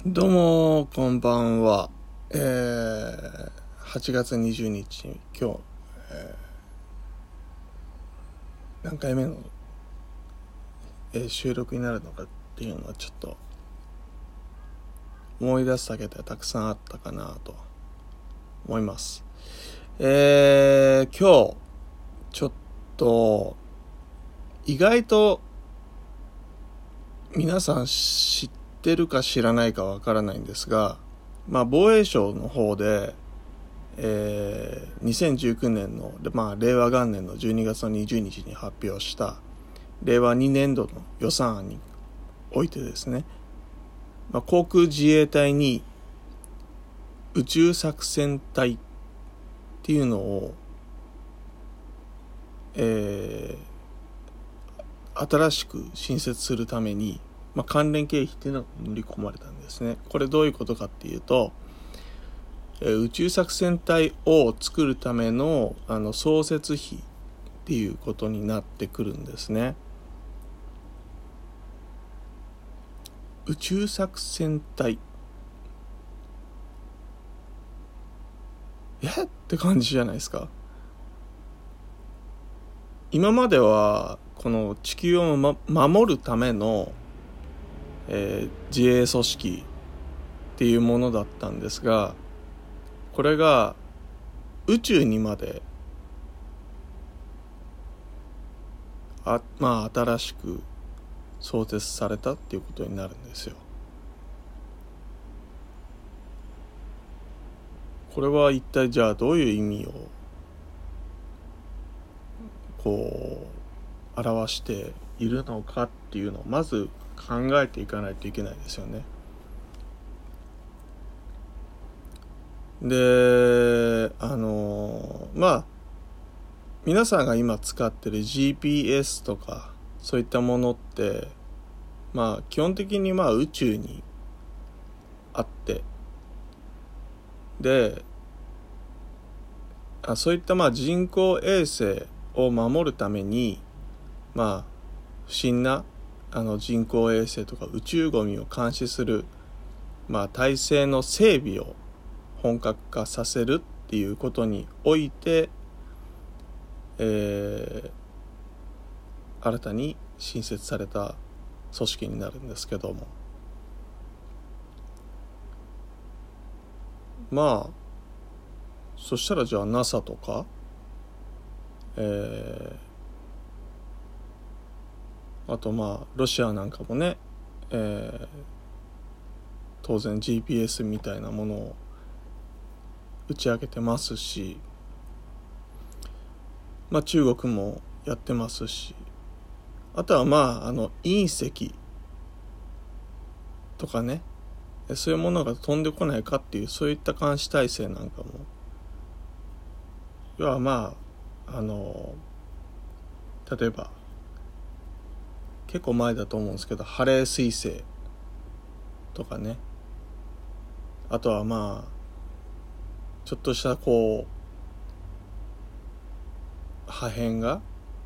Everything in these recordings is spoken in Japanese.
どうもこんばんは。8月20日今日、何回目の、収録になるのかっていうのはちょっと思い出すだけでたくさんあったかなと思います。今日ちょっと意外と皆さん知ってるか知らないかわからないんですが、防衛省の方で、2019年の、令和元年の12月の20日に発表した令和2年度の予算案においてですね、航空自衛隊に宇宙作戦隊っていうのを、新しく新設するために、関連経費っていうのが盛り込まれたんですね。これどういうことかっていうと、宇宙作戦隊を作るための創設費っていうことになってくるんですね。宇宙作戦隊って感じじゃないですか。今まではこの地球を、守るための、自衛組織っていうものだったんですが、これが宇宙にまで新しく創設されたっていうことになるんですよ。これは一体じゃあどういう意味を表しているのかっていうのをまず考えていかないといけないですよね。で、皆さんが今使ってる GPS とかそういったものって基本的に宇宙にあって、でそういった人工衛星を守るために不審な人工衛星とか宇宙ゴミを監視する体制の整備を本格化させるっていうことにおいて、新たに新設された組織になるんですけども、そしたらじゃあ NASA とか、あとロシアなんかもね、当然 GPS みたいなものを打ち上げてますし、中国もやってますし、あとは隕石とかね、そういうものが飛んでこないかっていうそういった監視体制なんかも、要は例えば結構前だと思うんですけど、ハレー彗星とかね、あとはちょっとした破片が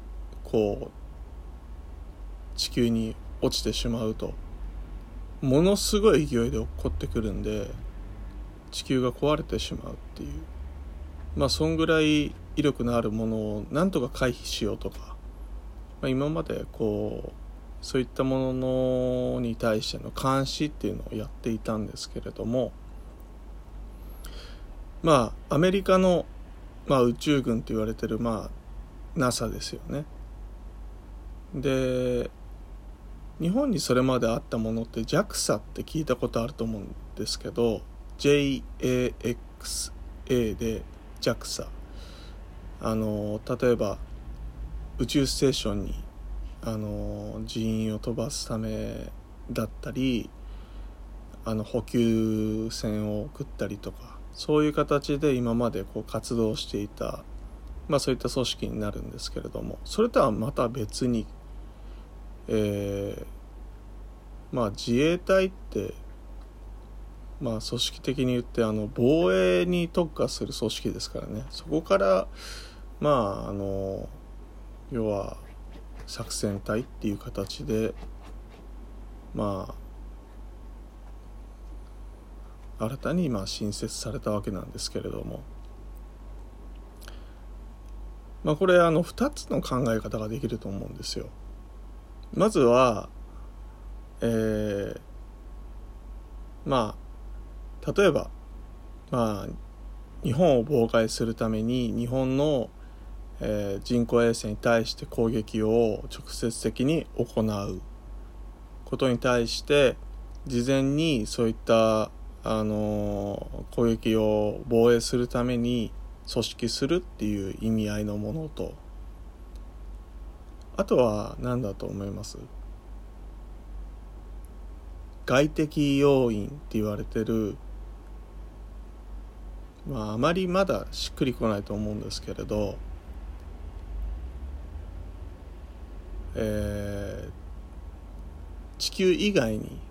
地球に落ちてしまうとものすごい勢いで落っこってくるんで、地球が壊れてしまうっていう、そんぐらい威力のあるものをなんとか回避しようとか、今までそういったものに対しての監視っていうのをやっていたんですけれども、アメリカの、宇宙軍と言われてるNASA ですよね。で、日本にそれまであったものって JAXA って聞いたことあると思うんですけど、 JAXA で JAXA、 例えば宇宙ステーションに人員を飛ばすためだったり、補給船を送ったりとか、そういう形で今まで活動していた、そういった組織になるんですけれども、それとはまた別に、自衛隊って組織的に言って防衛に特化する組織ですからね。そこから要は作戦隊っていう形で新たに新設されたわけなんですけれども、これ2つの考え方ができると思うんですよ。まずは、例えば、日本を妨害するために日本の、人工衛星に対して攻撃を直接的に行うことに対して事前にそういった攻撃を防衛するために組織するっていう意味合いのものと、あとは何だと思います？外的要因って言われてる、あまりまだしっくりこないと思うんですけれど、地球以外に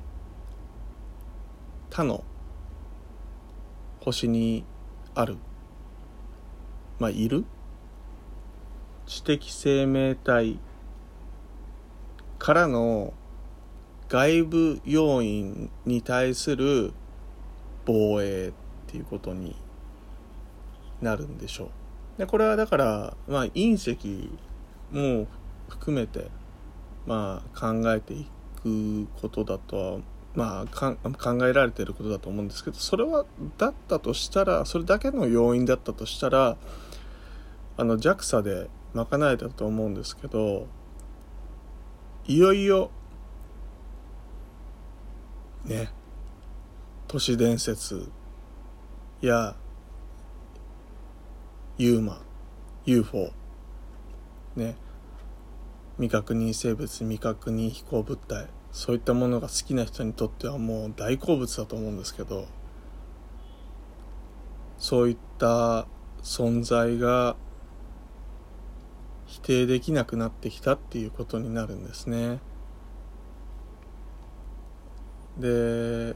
他の星にある、いる知的生命体からの外部要因に対する防衛っていうことになるんでしょう。でこれはだから隕石も含めて考えていくことだとは考えられていることだと思うんですけど、それだけの要因だったとしたらJAXA で賄えたと思うんですけど、いよいよね、都市伝説やUFO ね、未確認生物、未確認飛行物体、そういったものが好きな人にとってはもう大好物だと思うんですけど、そういった存在が否定できなくなってきたっていうことになるんですね。で、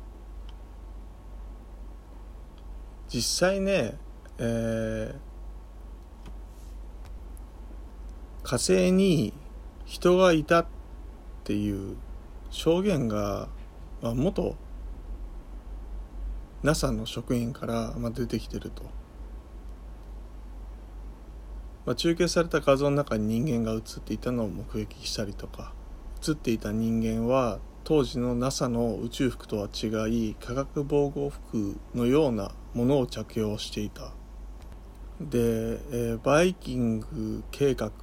実際ね、火星に人がいたっていう証言が、元 NASA の職員から出てきてると、中継された画像の中に人間が映っていたのを目撃したりとか、映っていた人間は当時の NASA の宇宙服とは違い化学防護服のようなものを着用していた。で、バイキング計画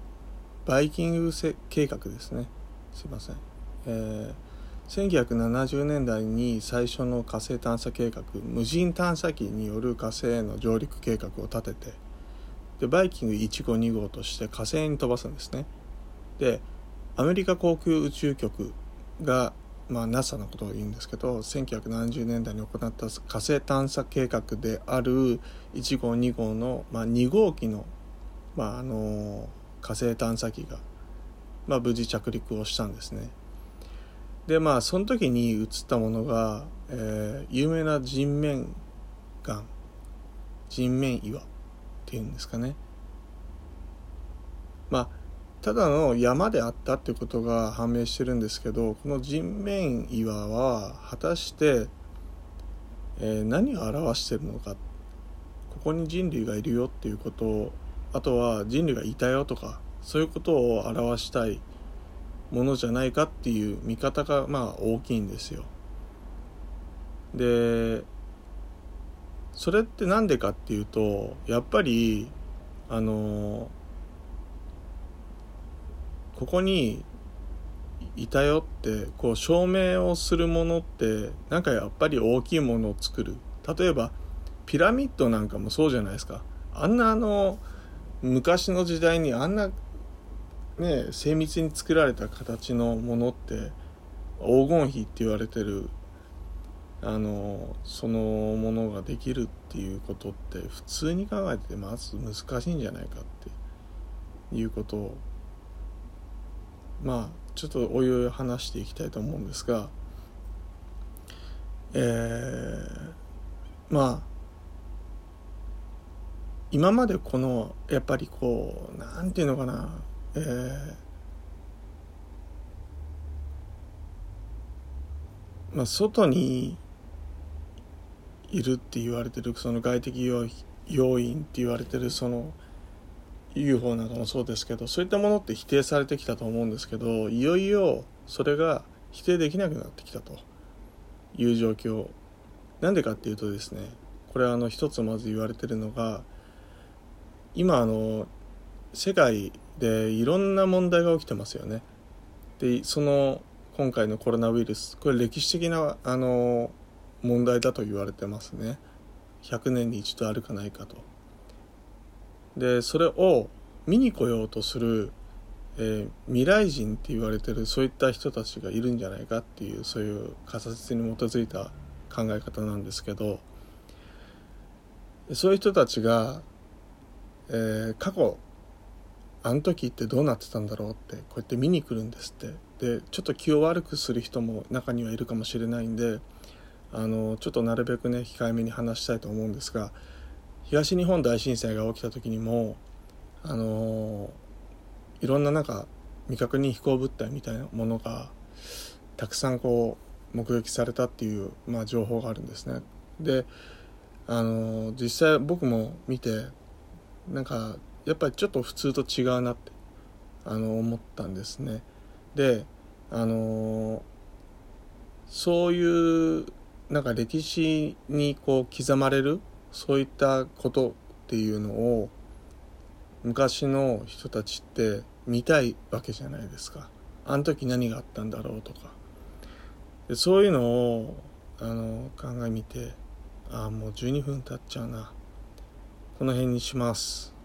ですね、すいません、1970年代に最初の火星探査計画、無人探査機による火星への上陸計画を立てて、でバイキング1号2号として火星に飛ばすんですね。でアメリカ航空宇宙局が、NASA のことを言うんですけど、1970年代に行った火星探査計画である1号2号の、2号機の、火星探査機が、無事着陸をしたんですね。でその時に映ったものが、有名な人面岩っていうんですかね。ただの山であったってことが判明してるんですけど、この人面岩は果たして、何を表しているのか、ここに人類がいるよっていうことを、あとは人類がいたよとか、そういうことを表したいものじゃないかっていう見方が大きいんですよ。でそれってなんでかっていうと、やっぱりここにいたよって証明をするものって、やっぱり大きいものを作る。例えばピラミッドなんかもそうじゃないですか。あんな昔の時代にあんな精密に作られた形のものって、黄金比って言われてるそのものができるっていうことって、普通に考えてまず難しいんじゃないかっていうことをちょっとおいおい話していきたいと思うんですが、今までやっぱりなんていうのかな、外にいるって言われてるその外的要因って言われてるその UFO なんかもそうですけど、そういったものって否定されてきたと思うんですけど、いよいよそれが否定できなくなってきたという状況。なんでかっていうとですね、これ一つまず言われてるのが、今世界でいろんな問題が起きてますよね。で今回のコロナウイルス、これ歴史的な問題だと言われてますね。100年に一度あるかないかと。でそれを見に来ようとする、未来人って言われてるそういった人たちがいるんじゃないかっていう、そういう仮説に基づいた考え方なんですけど、そういう人たちが、過去あの時ってどうなってたんだろうってこうやって見に来るんですって。でちょっと気を悪くする人も中にはいるかもしれないんで、ちょっとなるべくね控えめに話したいと思うんですが、東日本大震災が起きた時にもいろんな未確認飛行物体みたいなものがたくさん目撃されたっていう、情報があるんですね。で実際僕も見てやっぱりちょっと普通と違うなって思ったんですね。でそういう歴史に刻まれるそういったことっていうのを昔の人たちって見たいわけじゃないですか。あの時何があったんだろうとか。でそういうのを考えみて、もう12分経っちゃうな。この辺にします。